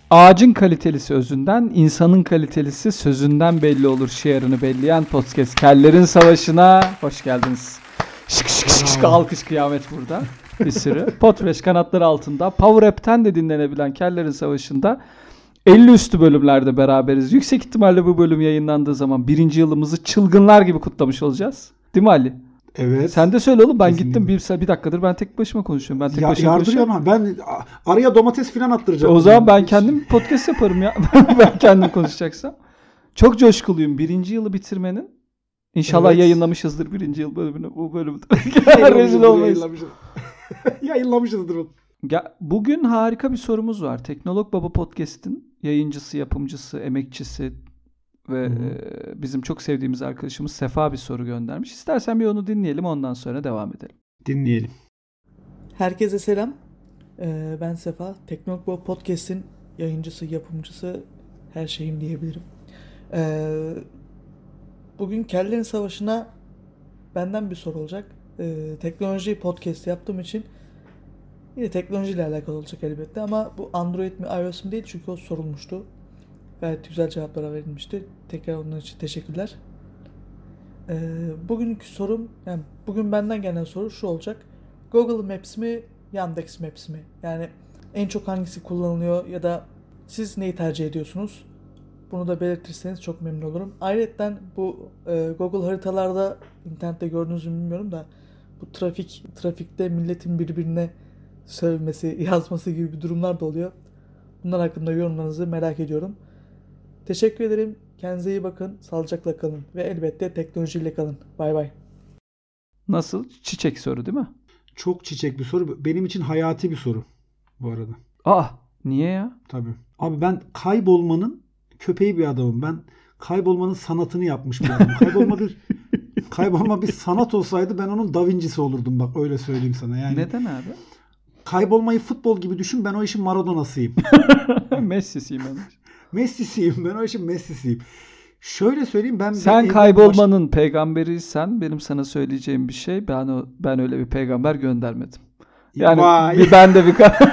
Ağacın kalitelisi özünden, insanın kalitelisi sözünden belli olur şiarını belleyen podcast Kellerin Savaşı'na hoş geldiniz. Şık şık şık şık alkış kıyamet burada. Bir sürü. Podfresh kanatları altında. Power App'ten de dinlenebilen Kellerin Savaşı'nda 50 üstü bölümlerde beraberiz. Yüksek ihtimalle bu bölüm yayınlandığı zaman 1. yılımızı çılgınlar gibi kutlamış olacağız. Değil mi Ali? Evet. Sen de söyle oğlum, ben kesinlikle. gittim bir dakikadır ben tek başıma konuşuyorum. Ben tek başıma konuşuyorum. Yardırıyorum ben araya domates falan attıracağım. O zaman ben kendim podcast yaparım ya. Ben kendim konuşacaksam. Çok coşkuluyum 1. yılı bitirmenin. İnşallah Evet. yayınlamışızdır 1. yıl bölümünü. Bu bölümde. Rezil Yayınlamışızdır, olmayız. Yayınlamışızdır. Bugün harika bir sorumuz var. Teknolog Baba Podcast'in yayıncısı, yapımcısı, emekçisi ve bizim çok sevdiğimiz arkadaşımız Sefa bir soru göndermiş. İstersen bir onu dinleyelim, ondan sonra devam edelim. Dinleyelim. Herkese selam. Ben Sefa. Teknolog Baba Podcast'in yayıncısı, yapımcısı, her şeyim diyebilirim. Bugün Kellerin Savaşı'na benden bir soru olacak. Teknoloji podcast yaptığım için yine teknolojiyle alakalı olacak elbette, ama bu Android mi iOS mu değil, çünkü o sorulmuştu. Gayet güzel cevaplar verilmişti. Tekrar onun için teşekkürler. Bugünkü sorum, yani bugün benden gelen soru şu olacak. Google Maps mi, Yandex Maps mi? Yani en çok hangisi kullanılıyor ya da siz neyi tercih ediyorsunuz? Bunu da belirtirseniz çok memnun olurum. Ayrıca bu Google haritalarda, internette gördüğünüzü bilmiyorum da, bu trafikte milletin birbirine sövmesi, yazması gibi bir durumlar da oluyor. Bunlar hakkında yorumlarınızı merak ediyorum. Teşekkür ederim. Kendinize iyi bakın. Sağlıcakla kalın. Ve elbette teknolojiyle kalın. Bay bay. Nasıl? Çiçek soru değil mi? Çok çiçek bir soru. Benim için hayati bir soru bu arada. Niye ya? Tabii. Abi ben kaybolmanın köpeği bir adamım. Ben kaybolmanın sanatını yapmış bir adamım. Kaybolma bir sanat olsaydı ben onun Da Vinci'si olurdum, bak öyle söyleyeyim sana. Yani Neden abi? kaybolmayı futbol gibi düşün, ben o işin Maradona'sıyım. Messi'siyim ben. Messi'siyim, ben o işin Messi'siyim. Şöyle söyleyeyim, Sen kaybolmanın peygamberiysen benim sana söyleyeceğim bir şey, ben öyle bir peygamber göndermedim. Yani ben de bir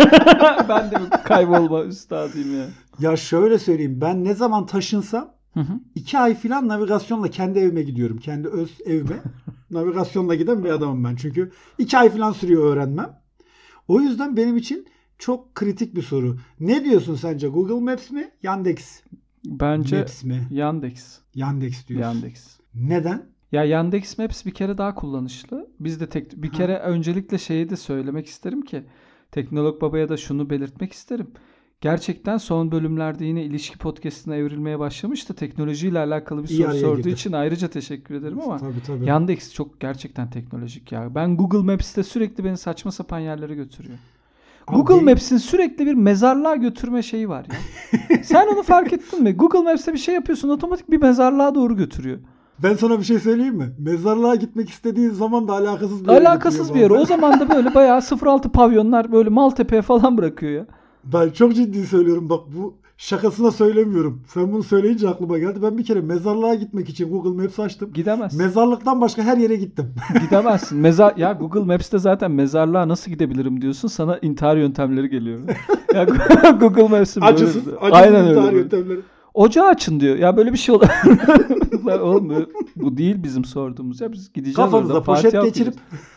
kaybolma üstadıyım ya. Ya şöyle söyleyeyim, ben ne zaman taşınsam 2 ay falan navigasyonla kendi evime gidiyorum. Kendi öz evime navigasyonla giden bir adamım ben. Çünkü 2 ay falan sürüyor öğrenmem. O yüzden benim için çok kritik bir soru. Ne diyorsun sence? Google Maps mi? Yandex Bence Maps mi? Yandex. Yandex diyorsun. Yandex. Neden? Ya Yandex Maps bir kere daha kullanışlı. Biz de bir kere öncelikle şeyi de söylemek isterim ki, Teknolog Baba'ya da şunu belirtmek isterim. Gerçekten son bölümlerde yine ilişki podcast'ine evrilmeye başlamıştı. Teknolojiyle alakalı bir soru sorduğu için ayrıca teşekkür ederim, ama tabii. Yandex çok gerçekten teknolojik ya. Ben Google Maps'te sürekli beni saçma sapan yerlere götürüyor. Google Maps'in sürekli bir mezarlığa götürme şeyi var ya. Sen onu fark ettin mi? Google Maps'te bir şey yapıyorsun, otomatik bir mezarlığa doğru götürüyor. Ben sana bir şey söyleyeyim mi? Mezarlığa gitmek istediğin zaman da alakasız bir yere. O zaman da böyle bayağı 06 pavyonlar, böyle Maltepe'ye falan bırakıyor ya. Ben çok ciddi söylüyorum, bak bu şakasına söylemiyorum. Sen bunu söyleyince aklıma geldi. Ben bir kere mezarlığa gitmek için Google Maps açtım. Gidemezsin. Mezarlıktan başka her yere gittim. Gidemezsin. Ya Google Maps'te zaten mezarlığa nasıl gidebilirim diyorsun, sana intihar yöntemleri geliyor. Ya Google Maps'in Acısız aynen intihar öyle. yöntemleri. Ocağı açın diyor. Ya böyle bir şey olur. Oğlum bu değil bizim sorduğumuz ya. Biz gideceğiz kafanıza orada, poşet Fatiha geçirip.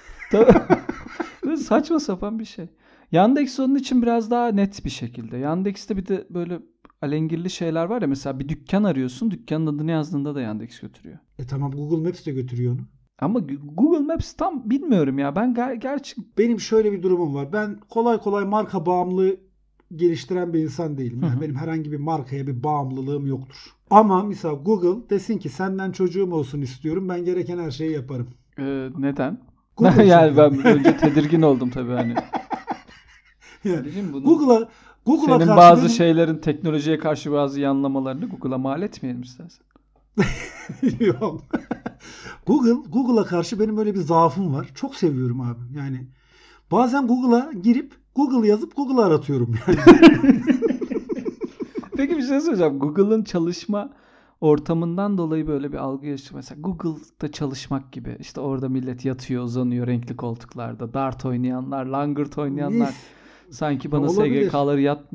Saçma sapan bir şey. Yandex onun için biraz daha net bir şekilde. Yandex'te bir de böyle alengirli şeyler var ya, mesela bir dükkan arıyorsun, dükkanın adını yazdığında da Yandex götürüyor. Tamam, Google Maps de götürüyor onu. Ama Google Maps tam bilmiyorum ya. Ben gerçi benim şöyle bir durumum var. Ben kolay kolay marka bağımlılığı geliştiren bir insan değilim. Yani benim herhangi bir markaya bir bağımlılığım yoktur. Ama mesela Google desin ki senden çocuğum olsun istiyorum, ben gereken her şeyi yaparım. Neden? Yani ben önce tedirgin oldum tabii hani. Yani, Google'a senin karşı bazı şeylerin, teknolojiye karşı bazı yanlamalarını Google'a mal etmeyelim istersen. Yok. Google'a karşı benim öyle bir zaafım var. Çok seviyorum abi. Yani bazen Google'a girip Google yazıp Google'ı aratıyorum yani. Peki bir şey söyleyeceğim. Google'ın çalışma ortamından dolayı böyle bir algı yaşıyor. Mesela Google'da çalışmak gibi. İşte orada millet yatıyor, uzanıyor renkli koltuklarda. Dart oynayanlar, langırt oynayanlar. Sanki bana Olabilir. SGK'ları yatmıyor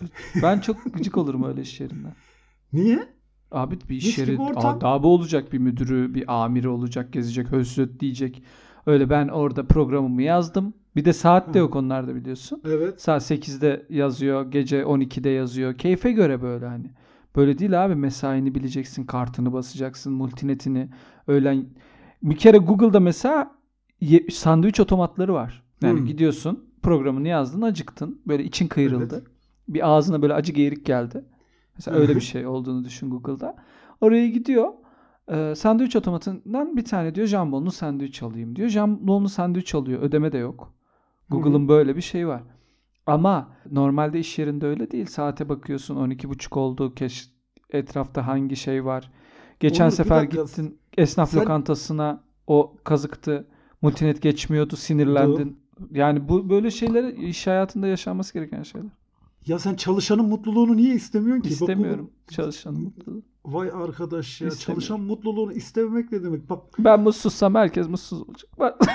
Ben çok gıcık olurum öyle iş yerinden. Niye? Abi bir Mis iş yeri gibi ortam. abi olacak, bir müdürü, bir amiri olacak, gezecek, höst diyecek. Öyle ben orada programımı yazdım. Bir de saat de yok onlarda biliyorsun. Evet. Saat 8'de yazıyor, gece 12'de yazıyor. Keyfe göre böyle hani. Böyle değil abi, mesaini bileceksin, kartını basacaksın, multinetini. Öğlen bir kere Google'da mesela sandviç otomatları var. Yani gidiyorsun, programını yazdın, acıktın. Böyle için kıyrıldı. Evet. Bir ağzına böyle acı geğirik geldi. Mesela öyle bir şey olduğunu düşün Google'da. Oraya gidiyor. Sandviç otomatından bir tane diyor jambonlu sandviç alayım diyor. Jambonlu sandviç alıyor. Ödeme de yok. Google'ın böyle bir şey var. Ama normalde iş yerinde öyle değil. Saate bakıyorsun, 12.30 oldu. Etrafta hangi şey var. Geçen Onur, bir sefer dakika. gittin esnaf lokantasına, o kazıktı. Multinet geçmiyordu, sinirlendin. Yani bu böyle şeyler iş hayatında yaşanması gereken şeyler. Ya sen çalışanın mutluluğunu niye istemiyorsun ki? İstemiyorum çalışanın mutluluğu. Vay arkadaş ya. İstemiyorum. Çalışan mutluluğunu istememek ne demek? Bak Ben mutsuzsam herkes mutsuz olacak.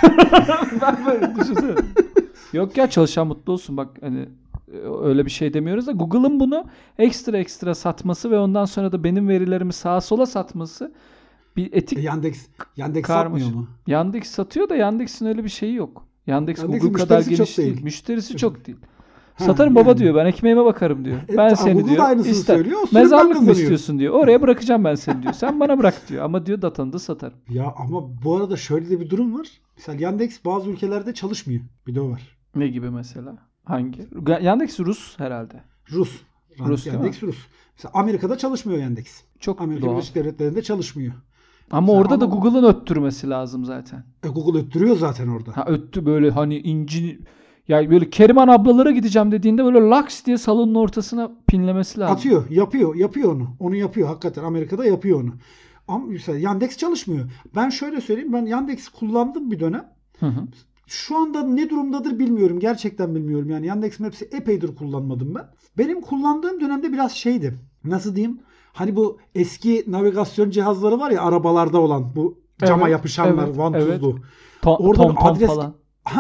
Ben böyle düşünüyorum. Yok ya, çalışan mutlu olsun. Bak hani öyle bir şey demiyoruz da Google'ın bunu ekstra satması ve ondan sonra da benim verilerimi sağa sola satması bir etik Yandex karmaşa. satmıyor mu? Yandex satıyor da Yandex'in öyle bir şeyi yok. Yandex Yandex'in Google kadar müşterisi çok geniş değil. değil. Müşterisi çok değil. Ha, Satarım baba yani. diyor. Ben ekmeğime bakarım diyor. Ben Google seni da diyor. aynısını söylüyor, o sürümden Mezarlık mı kazanıyor. istiyorsun diyor. Oraya bırakacağım ben seni diyor. Sen bana bırak diyor. Ama diyor datanı da satarım. Ya ama bu arada şöyle de bir durum var. Mesela Yandex bazı ülkelerde çalışmıyor. Bir de o var. Ne gibi mesela? Hangi? Yandex Rus herhalde. Rus değil Yandex Rus. Mesela Amerika'da çalışmıyor Yandex. Çok Amerika doğal. Birleşik Devletleri'nde çalışmıyor. Ama Mesela orada da Google'ın öttürmesi lazım zaten. Google öttürüyor zaten orada. Ha, öttü böyle hani inci, ya böyle Keriman ablalara gideceğim dediğinde böyle laks diye salonun ortasına pinlemesi lazım. Atıyor, yapıyor onu. Onu yapıyor hakikaten. Amerika'da yapıyor onu. Ama mesela Yandex çalışmıyor. Ben şöyle söyleyeyim. Ben Yandex kullandım bir dönem. Hı. Şu anda ne durumdadır bilmiyorum. Gerçekten bilmiyorum. Yani Yandex Maps'i epeydir kullanmadım ben. Benim kullandığım dönemde biraz şeydi. Nasıl diyeyim? Hani bu eski navigasyon cihazları var ya, arabalarda olan, bu cama yapışanlar, vantuzlu. Oradan Tom adres falan.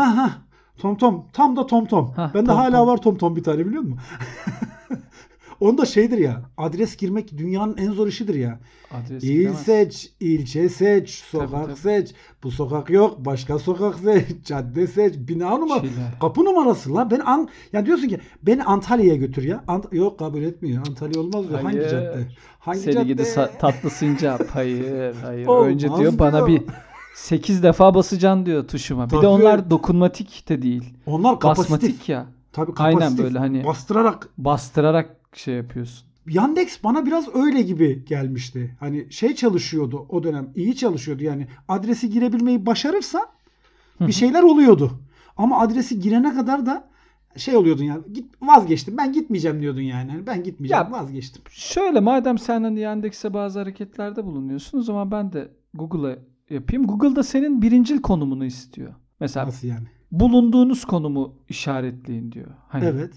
TomTom. Tam da TomTom. Bende hala var TomTom bir tane, biliyor musun? Onda şeydir ya. Adres girmek dünyanın en zor işidir ya. Adres İl giremez. seç, ilçe seç, sokak Tabii. seç. Bu sokak yok, başka sokak seç, cadde seç, bina numarası, Şeyler. kapı numarası la. Ya diyorsun ki beni Antalya'ya götür ya. Yok, kabul etmiyor. Antalya olmaz diyor. Hangi Hayır. cadde? Hangi Seni cadde? gidi tatlı sincap. Hayır. Olmaz Önce diyor bana diyor. bir 8 defa basacaksın diyor tuşuma. Bir de Tabii. onlar dokunmatik de değil. Onlar kapasitif. Basmatik ya. Tabii Aynen kapasitif. böyle hani bastırarak şey yapıyorsun. Yandex bana biraz öyle gibi gelmişti. Hani şey çalışıyordu o dönem. İyi çalışıyordu yani. Adresi girebilmeyi başarırsa bir şeyler oluyordu. Ama adresi girene kadar da şey oluyordun yani. Vazgeçtim. Ben gitmeyeceğim diyordun yani. Hani ben gitmeyeceğim. Ya, vazgeçtim. Şöyle, madem sen hani Yandex'e bazı hareketlerde bulunuyorsun, o zaman ben de Google'a yapayım. Google'da senin birincil konumunu istiyor. Mesela Nasıl yani? bulunduğunuz konumu işaretleyin diyor. Hani, Evet.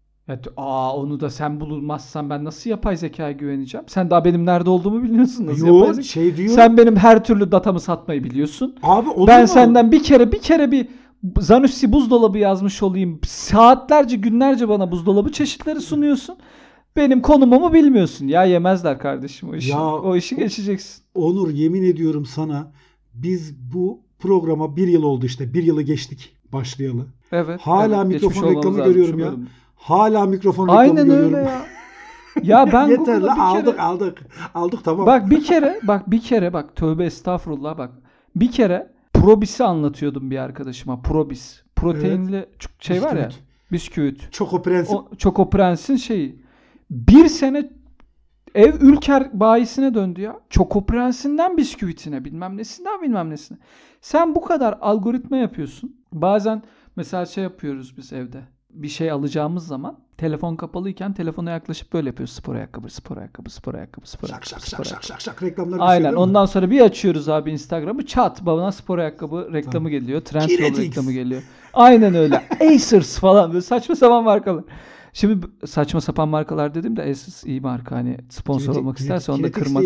Onu da sen bulunmazsan ben nasıl yapay zekaya güveneceğim? Sen daha benim nerede olduğumu biliyorsun. Nasıl yapay Yok zeka? şey diyor. Sen benim her türlü datamı satmayı biliyorsun. Abi olur Ben mu? senden bir kere bir Zanussi buzdolabı yazmış olayım. Saatlerce, günlerce bana buzdolabı çeşitleri sunuyorsun. Benim konumumu bilmiyorsun. Ya yemezler kardeşim o işi. Ya, o işi geçeceksin. Onur, yemin ediyorum sana, biz bu programa 1 yıl oldu işte. 1 yılı geçtik başlayalı. Evet. Hala evet. mikrofon Geçmiş olmamız reklamı lazım görüyorum şu ya. bölümde. Hala mikrofon reklamı Aynen görüyorum. öyle ya. Ya ben Yeter Google'da la, bir kere... aldık tamam. Bir kere tövbe estağfurullah bak. Bir kere Probis'i anlatıyordum bir arkadaşıma. Probis. Proteinli şey var ya. Bisküvit. Çoko Prensip. Choco Prens'in şeyi. Bir sene ev Ülker bayisine döndü ya. Choco Prens'inden bisküvitine, bilmem nesine. Sen bu kadar algoritma yapıyorsun. Bazen mesela şey yapıyoruz biz evde. Bir şey alacağımız zaman telefon kapalıyken telefona yaklaşıp böyle yapıyoruz. Spor ayakkabı. Şak reklamlar Aynen. düşüyor, değil mi? Ondan sonra bir açıyoruz abi Instagram'ı. Çat bana spor ayakkabı reklamı geliyor. Trendyol Kinetix. reklamı geliyor. Aynen öyle. Acers falan böyle saçma sapan markalar. Şimdi saçma sapan markalar dedim de Asus iyi marka, hani sponsor olmak isterse onu da kırmak.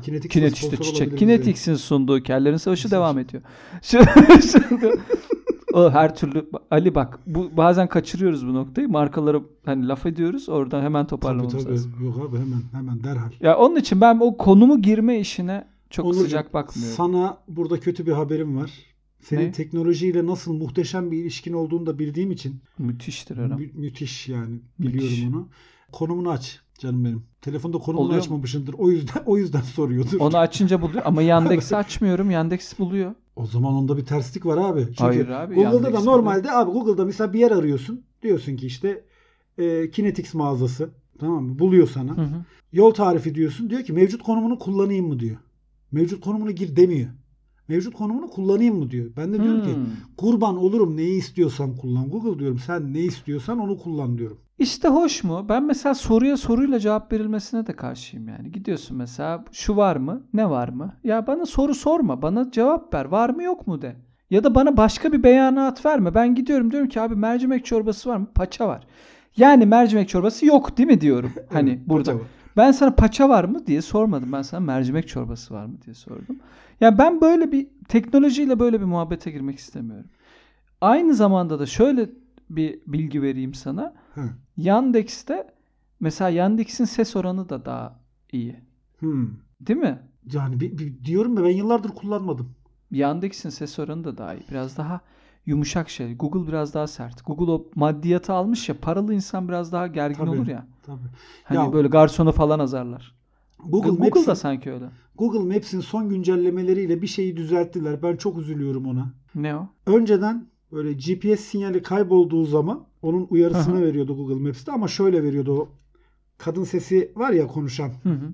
Kinetix'te çiçek. Kinetix'in sunduğu Kellerin Savaşı devam ediyor. Şimdi O her türlü Ali bak bu bazen kaçırıyoruz bu noktayı. Markalara hani laf ediyoruz. Oradan hemen toparlamamız Tabii. lazım. Yok abi hemen derhal. Ya onun için ben o konumu girme işine çok Onurcuğum, sıcak bakmıyorum. Sana burada kötü bir haberim var. Senin Ne? teknolojiyle nasıl muhteşem bir ilişkin olduğunu da bildiğim için Müthiştir Eren. müthiş yani Müthiş. biliyorum onu. Konumunu aç canım benim. Telefonda konumunu Oluyor mu? açmamışındır. O yüzden soruyordur. Onu açınca buluyor ama Yandex'i açmıyorum. Yandex buluyor. O zaman onda bir terslik var abi. Çünkü Hayır abi, Google'da da Yandex normalde abi Google'da mesela bir yer arıyorsun. Diyorsun ki işte Kinetics mağazası. Tamam mı? Buluyor sana. Hı hı. Yol tarifi diyorsun. Diyor ki mevcut konumunu kullanayım mı diyor. Mevcut konumunu gir demiyor. Mevcut konumunu kullanayım mı diyor. Ben de diyorum ki kurban olurum neyi istiyorsan kullan. Google diyorum sen ne istiyorsan onu kullan diyorum. İşte hoş mu? Ben mesela soruya soruyla cevap verilmesine de karşıyım yani. Gidiyorsun mesela şu var mı? Ne var mı? Ya bana soru sorma. Bana cevap ver. Var mı yok mu de. Ya da bana başka bir beyanat verme. Ben gidiyorum diyorum ki abi mercimek çorbası var mı? Paça var. Yani mercimek çorbası yok değil mi diyorum. Hani Evet, burada. paça var. Ben sana paça var mı diye sormadım. Ben sana mercimek çorbası var mı diye sordum. Ya ben böyle bir teknolojiyle böyle bir muhabbete girmek istemiyorum. Aynı zamanda da şöyle bir bilgi vereyim sana. Hı. Yandex'te mesela Yandex'in ses oranı da daha iyi. Değil mi? Yani diyorum ya ben yıllardır kullanmadım. Yandex'in ses oranı da daha iyi. Biraz daha yumuşak şey. Google biraz daha sert. Google o maddiyatı almış ya, paralı insan biraz daha gergin Tabii, olur ya. Tabii. Hani Ya, böyle garsonu falan azarlar. Google da sanki öyle. Google Maps'in son güncellemeleriyle bir şeyi düzelttiler. Ben çok üzülüyorum ona. Ne o? Önceden böyle GPS sinyali kaybolduğu zaman onun uyarısını Hı hı. veriyordu Google Maps'te ama şöyle veriyordu o kadın sesi var ya konuşan. Hı hı.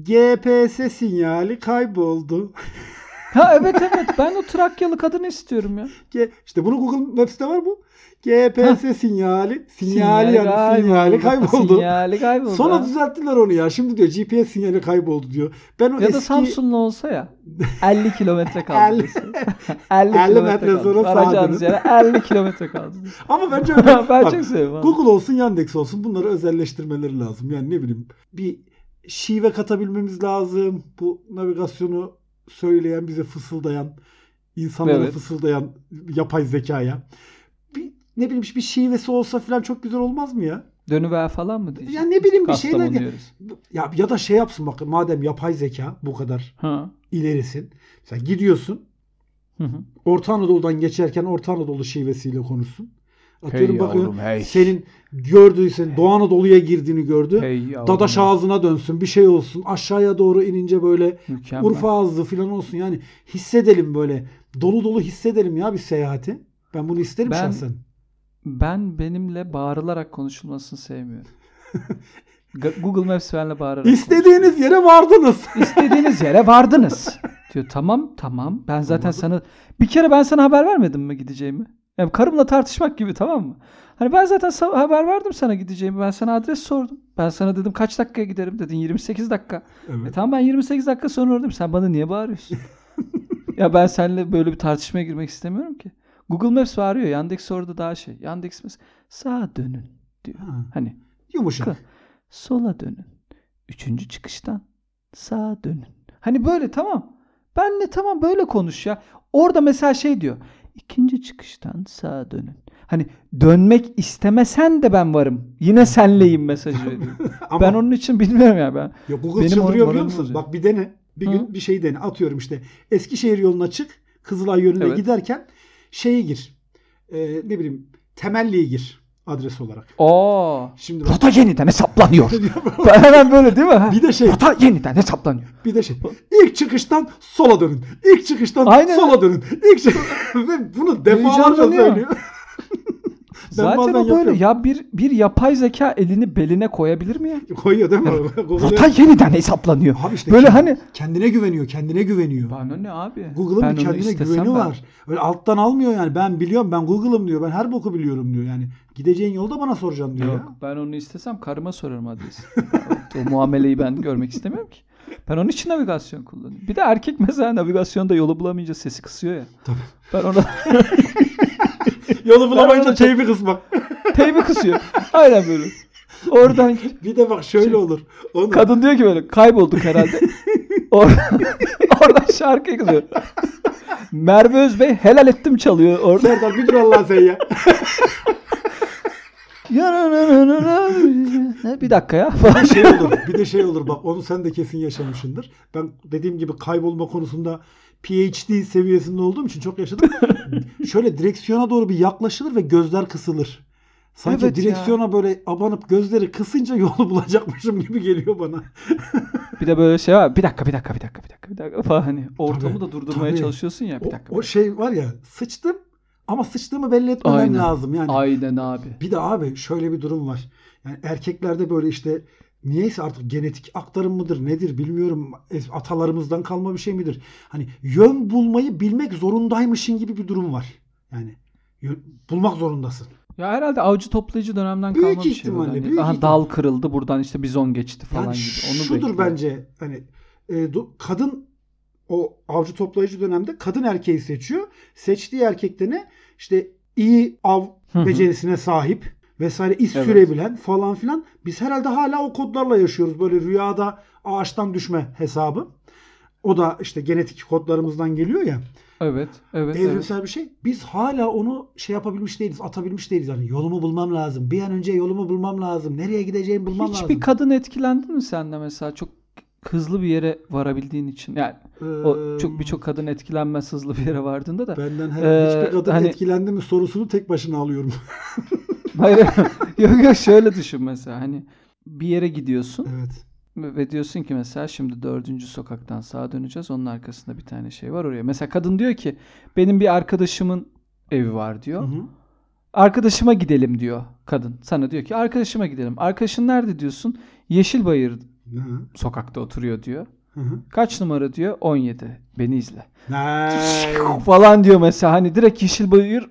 GPS sinyali kayboldu. Ha evet ben o Trakyalı kadını istiyorum ya. İşte bunu Google Maps'te var bu. GPS sinyali kayboldu. Sinyali kayboldu. Sonra ha. düzelttiler onu ya. Şimdi diyor GPS sinyali kayboldu diyor. Ben o Ya da eski Samsunlu olsa ya. 50 kilometre kaldı. 50 desin. 50 kilometre metre kaldı. sonra Varacağınız sağ yere 50 kilometre kaldı. ama bence öyle. Ben Bak, çok seviyorum. Google olsun Yandex olsun bunları özelleştirmeleri lazım. Yani ne bileyim bir şive katabilmemiz lazım. Bu navigasyonu söyleyen bize fısıldayan insanlara Evet. fısıldayan yapay zekaya. Ne bileyim bir şivesi olsa falan çok güzel olmaz mı ya? Dönüver falan mı diyecek? Ya ne bileyim bir şeyler. Kastamonu diyoruz. Ya da şey yapsın bak madem yapay zeka bu kadar Ha. ilerisin. Sen gidiyorsun Hı hı. Orta Anadolu'dan geçerken Orta Anadolu şivesiyle konuşsun. Atıyorum Hey bakıyorum yavrum, hey. senin gördüysen Doğu Anadolu'ya girdiğini gördü. Hey yavrum. Dadaş ağzına dönsün bir şey olsun. Aşağıya doğru inince böyle Mükemmel. Urfa ağzı falan olsun. Yani hissedelim böyle. Dolu dolu hissedelim ya bir seyahati. Ben bunu isterim şahsen. Ben benimle bağırılarak konuşulmasını sevmiyorum. Google Maps benimle bağırarak İstediğiniz yere vardınız. İstediğiniz yere vardınız. Diyor tamam. Ben zaten sana bir kere ben sana haber vermedim mi gideceğimi? Yani karımla tartışmak gibi tamam mı? Hani ben zaten haber verdim sana gideceğimi. Ben sana adres sordum. Ben sana dedim kaç dakikaya giderim dedin 28 dakika. Evet. Tamam ben 28 dakika sonra oradayım. Sen bana niye bağırıyorsun? Ya ben seninle böyle bir tartışmaya girmek istemiyorum ki. Google Maps bağırıyor. Yandex orada daha şey. Yandex mesela sağa dönün diyor. Ha. Hani Yumuşak. sola dönün. 3. çıkıştan sağa dönün. Hani böyle tamam. Benle tamam böyle konuş ya. Orada mesela şey diyor. 2. çıkıştan sağa dönün. Hani dönmek istemesen de ben varım. Yine senleyim mesajı veriyor. Ama Ben onun için bilmiyorum ya ben. ya Google Benim çıldırıyor moralim biliyor musun? bozuyor. Bak bir dene. Bir gün bir şey dene. Atıyorum işte Eskişehir yoluna çık. Kızılay yönüne Evet. giderken şeyi gir. Ne bileyim Temelli'ye gir adres olarak. Şimdi bak. Rota yeniden hesaplanıyor. Ben hemen böyle değil mi? Bir de şey. Rota yeniden hesaplanıyor. Bir de şey. İlk çıkıştan sola dönün. İlk çıkıştan Aynen. sola dönün. Ve bunu defalarca Heyecanlanıyor. söylüyor. Zaten bazen o böyle yapıyorum. ya bir yapay zeka elini beline koyabilir mi ya? Koyuyor değil mi? Rota yeniden hesaplanıyor. Abi işte Böyle hani kendine güveniyor. bana ne abi? Google'ın Ben bir onu kendine istesem güveni ben- var. Öyle alttan almıyor yani. Ben biliyorum, ben Google'ım diyor. Ben her boku biliyorum diyor. Yani gideceğin yolda bana soracaksın diyor Yok ya. ben onu istesem karıma sorarım adresi. O muameleyi ben görmek istemiyorum ki. Ben onun için navigasyon kullanıyorum. Bir de erkek mesela navigasyonda yolu bulamayınca sesi kısıyor ya. Tabii. Ben ona Yolu bulamayınca onu- teybi kısmak. teybi kısıyor. Aynen böyle. Oradan Bir de bak şöyle olur. Onu kadın diyor ki böyle kaybolduk herhalde. Oradan şarkıyı kızıyor. Merve Özbey helal ettim çalıyor orada. Serdar bir dur Allah sen ya. Bir dakika ya. Bir de şey olur bak onu sen de kesin yaşamışsındır. Ben dediğim gibi kaybolma konusunda PhD seviyesinde olduğum için çok yaşadım. Şöyle direksiyona doğru bir yaklaşılır ve gözler kısılır. Sanki Evet direksiyona ya. böyle abanıp gözleri kısınca yolu bulacakmışım gibi geliyor bana. Bir de böyle şey var. Bir dakika falan hani ortamı Tabii, da durdurmaya tabii. çalışıyorsun ya. Bir dakika. O şey var ya sıçtım ama sıçtığımı belli etmemem Aynen. lazım yani. Aynen abi. Bir de abi şöyle bir durum var. Yani erkeklerde böyle işte niyeyse artık genetik aktarım mıdır nedir bilmiyorum. Atalarımızdan kalma bir şey midir? Hani yön bulmayı bilmek zorundaymışın gibi bir durum var. Yani bulmak zorundasın. Ya herhalde avcı toplayıcı dönemden Büyük kalma bir şey. ihtimalle, Hani büyük daha ihtimalle. dal kırıldı buradan işte bizon geçti falan Yani gibi. Onu şudur bekliyor. bence hani kadın o avcı toplayıcı dönemde kadın erkeği seçiyor. Seçtiği erkekte ne? İşte iyi av becerisine sahip vesaire iz Evet. sürebilen falan filan. Biz herhalde hala o kodlarla yaşıyoruz. Böyle rüyada ağaçtan düşme hesabı. O da işte genetik kodlarımızdan geliyor ya. Evet. Evrimsel bir şey. Biz hala onu şey yapabilmiş değiliz. Atabilmiş değiliz. Yani yolumu bulmam lazım. Bir an önce yolumu bulmam lazım. Nereye gideceğimi bulmam lazım. Hiçbir kadın etkilendi mi sende mesela çok hızlı bir yere varabildiğin için? Yani o çok birçok kadın etkilenmez hızlı bir yere vardığında da. Benden hiçbir kadın hani- etkilendi mi sorusunu tek başına alıyorum. Hayır. Yok şöyle düşün mesela hani bir yere gidiyorsun Evet. ve diyorsun ki mesela şimdi 4. sokaktan sağa döneceğiz. Onun arkasında bir tane şey var oraya. Mesela kadın diyor ki benim bir arkadaşımın evi var diyor. Hı hı. Arkadaşıma gidelim diyor kadın. Sana diyor ki arkadaşıma gidelim. Arkadaşın nerede diyorsun? Yeşilbayır Hı hı. sokakta oturuyor diyor. Hı hı. Kaç numara diyor? 17. Beni izle. Nice. Falan diyor mesela. Hani direkt Yeşilbayır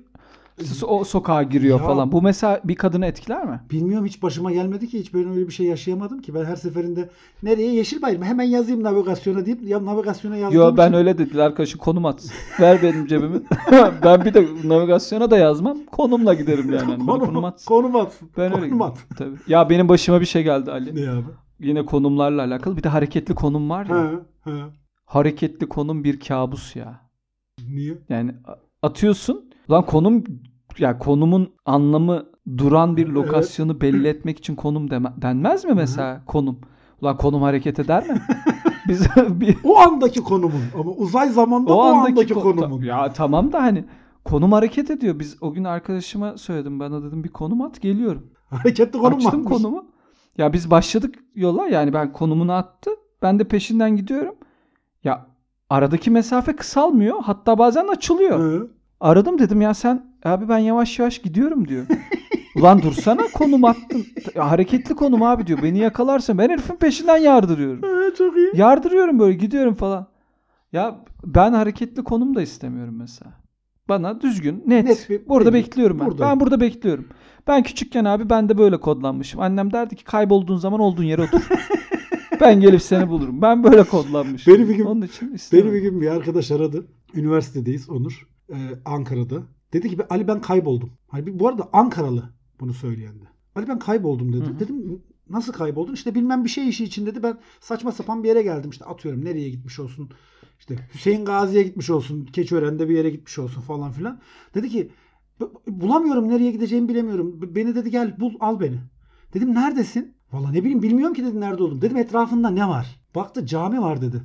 o sokağa giriyor Ya- falan. Bu mesela bir kadını etkiler mi? Bilmiyorum hiç başıma gelmedi ki. Hiç böyle öyle bir şey yaşayamadım ki. Ben her seferinde nereye Yeşilbayır mı? Hemen yazayım navigasyona deyip navigasyona yazdığım Yo ben için. öyle dediler arkadaşım konum at. Ver benim cebimi. Ben bir de navigasyona da yazmam. Konumla giderim yani. Hani böyle konum at. Konum atsın. Ben öyle Konum at. Tabii. Ya benim başıma bir şey geldi Ali. Ne abi? Yine konumlarla alakalı. Bir de hareketli konum var ya. Ha. Hareketli konum bir kabus ya. Niye? Yani atıyorsun. Lan konum ya konumun anlamı duran bir lokasyonu belli etmek için konum denmez mi mesela konum? Ulan konum hareket eder mi? Biz bir O andaki konumun ama uzay zamanda o andaki konumun. Ya tamam da hani konum hareket ediyor. Biz o gün arkadaşıma söyledim. Bana dedim bir konum at geliyorum. Hareketli konum Açtım varmış. konumu. Ya biz başladık yola yani ben konumunu attı. Ben de peşinden gidiyorum. Ya aradaki mesafe kısalmıyor. Hatta bazen açılıyor. Hı. Aradım dedim ya sen abi ben yavaş yavaş gidiyorum diyor. Ulan dursana konum attın. Ya, hareketli konum abi diyor. Beni yakalarsan ben herifin peşinden yardırıyorum. Çok iyi. Yardırıyorum böyle gidiyorum falan. Ya ben hareketli konum da istemiyorum mesela. Bana düzgün, net. Burada belli. bekliyorum ben. Buradayım. Ben burada bekliyorum. Ben küçükken abi ben de böyle kodlanmışım. Annem derdi ki kaybolduğun zaman olduğun yere otur. Ben gelip seni bulurum. Ben böyle kodlanmışım. Beni bir gün- Onun için Beni istemiyorum. bir gün bir arkadaş aradı. Üniversitedeyiz Onur. Ankara'da. Dedi ki Ali ben kayboldum. Hani bu arada Ankaralı bunu söyleyen de. Ali ben kayboldum dedi. Hı hı. Dedim nasıl kayboldun? İşte bilmem bir şey işi için dedi. Ben saçma sapan bir yere geldim. İşte atıyorum nereye gitmiş olsun. İşte Hüseyin Gazi'ye gitmiş olsun. Keçiören'de bir yere gitmiş olsun falan filan. Dedi ki bulamıyorum nereye gideceğimi bilemiyorum. Beni dedi gel bul al beni. Dedim neredesin? Valla ne bileyim bilmiyorum ki dedi nerede oldum. Dedim etrafında ne var? Baktı cami var dedi.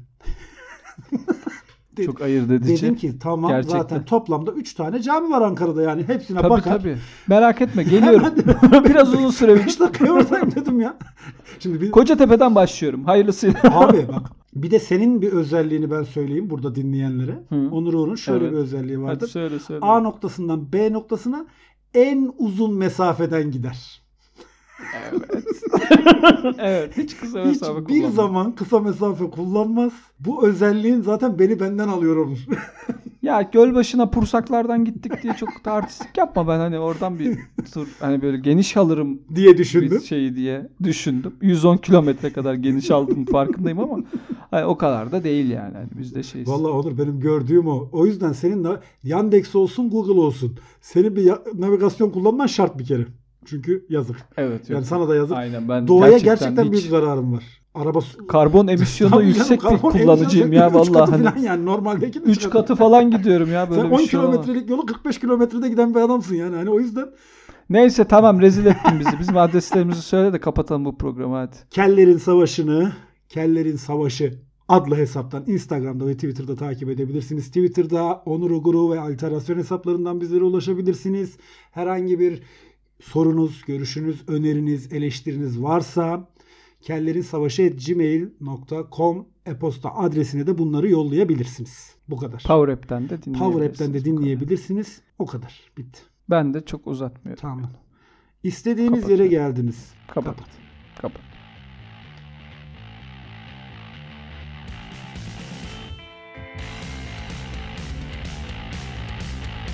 Çok ayırt edici. Dedim ki tamam Gerçekten. zaten toplamda 3 tane cami var Ankara'da yani hepsine Tabii bakar. tabii. Merak etme geliyorum. Biraz uzun süre. 5 dakikaya oradayım dedim ya. Şimdi bir, Kocatepe'den başlıyorum. Hayırlısıyla. abi bak bir de senin bir özelliğini ben söyleyeyim burada dinleyenlere. Hı. Onur Uğur'un şöyle Evet. bir özelliği Hadi vardır. söyle. A noktasından B noktasına en uzun mesafeden gider. Evet. Evet. Hiç kısa mesafe Hiçbir kullanmam. zaman kısa mesafe kullanmaz. Bu özelliğin zaten benden alıyor Onur. Ya Gölbaşı'na Pursaklardan gittik diye çok da artistlik yapma ben hani oradan bir tur hani böyle geniş alırım diye düşündüm. bir şey diye düşündüm. 110 kilometre kadar geniş aldım farkındayım ama hani o kadar da değil yani. Hani biz de şeyiz. Vallahi Onur benim gördüğüm o. O yüzden senin Yandex olsun Google olsun. Senin bir navigasyon kullanman şart bir kere. Çünkü yazık. Evet. Yani yok. sana da yazık. Aynen ben Doğaya gerçekten hiç- büyük zararım var. Araba Karbon emisyonu Tabii canım, yüksek bir karbon kullanıcıyım emisyonu ya 3 katı vallahi. Hani falan yani normaldeki 3 katı falan gidiyorum ya böyle Sen bir 10 şey olamaz. kilometrelik yolu 45 kilometrede giden bir adamsın yani. Hani o yüzden Neyse tamam, rezil ettin bizi. Bizim adreslerimizi söyle de kapatalım bu programı hadi. Kellerin Savaşı adlı hesaptan Instagram'da ve Twitter'da takip edebilirsiniz. Twitter'da Onur Uguru ve Alterasyon hesaplarından bizlere ulaşabilirsiniz. Herhangi bir sorunuz, görüşünüz, öneriniz, eleştiriniz varsa kellerinsavaşı@gmail.com e-posta adresine de bunları yollayabilirsiniz. Bu kadar. Power App'ten de dinleyebilirsiniz. Power App'ten de dinleyebilirsiniz. O kadar. Bitti. Ben de çok uzatmıyorum. Tamam. İstediğiniz Kapatıyorum. yere geldiniz. Kapat. Kapat.